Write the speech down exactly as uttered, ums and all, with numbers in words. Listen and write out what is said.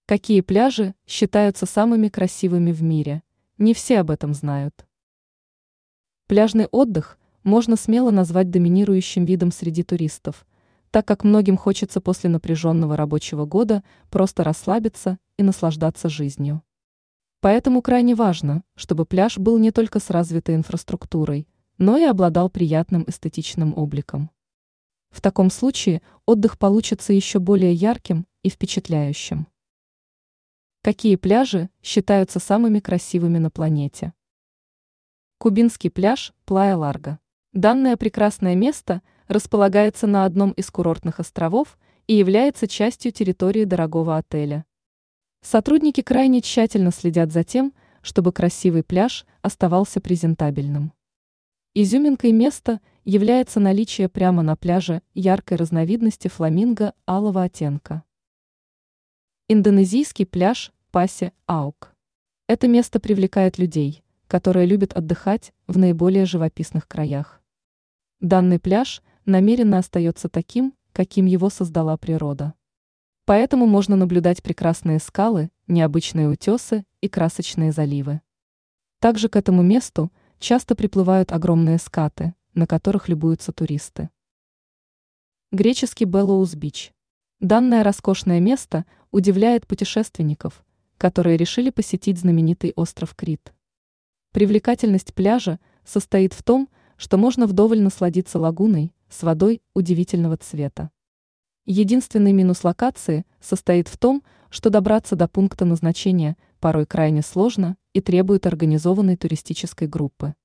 Какие пляжи считаются самыми красивыми в мире? Не все об этом знают. Пляжный отдых можно смело назвать доминирующим видом среди туристов, так как многим хочется после напряженного рабочего года просто расслабиться и наслаждаться жизнью. Поэтому крайне важно, чтобы пляж был не только с развитой инфраструктурой, но и обладал приятным эстетичным обликом. В таком случае отдых получится еще более ярким и впечатляющим. Какие пляжи считаются самыми красивыми на планете? Кубинский пляж Плая-Ларго. Данное прекрасное место располагается на одном из курортных островов и является частью территории дорогого отеля. Сотрудники крайне тщательно следят за тем, чтобы красивый пляж оставался презентабельным. Изюминкой места является наличие прямо на пляже яркой разновидности фламинго алого оттенка. Индонезийский пляж Пасе-Аук. Это место привлекает людей, которые любят отдыхать в наиболее живописных краях. Данный пляж намеренно остается таким, каким его создала природа. Поэтому можно наблюдать прекрасные скалы, необычные утесы и красочные заливы. Также к этому месту часто приплывают огромные скаты, на которых любуются туристы. Греческий Белоуз-Бич. Данное роскошное место удивляет путешественников, которые решили посетить знаменитый остров Крит. Привлекательность пляжа состоит в том, что можно вдоволь насладиться лагуной с водой удивительного цвета. Единственный минус локации состоит в том, что добраться до пункта назначения порой крайне сложно и требует организованной туристической группы.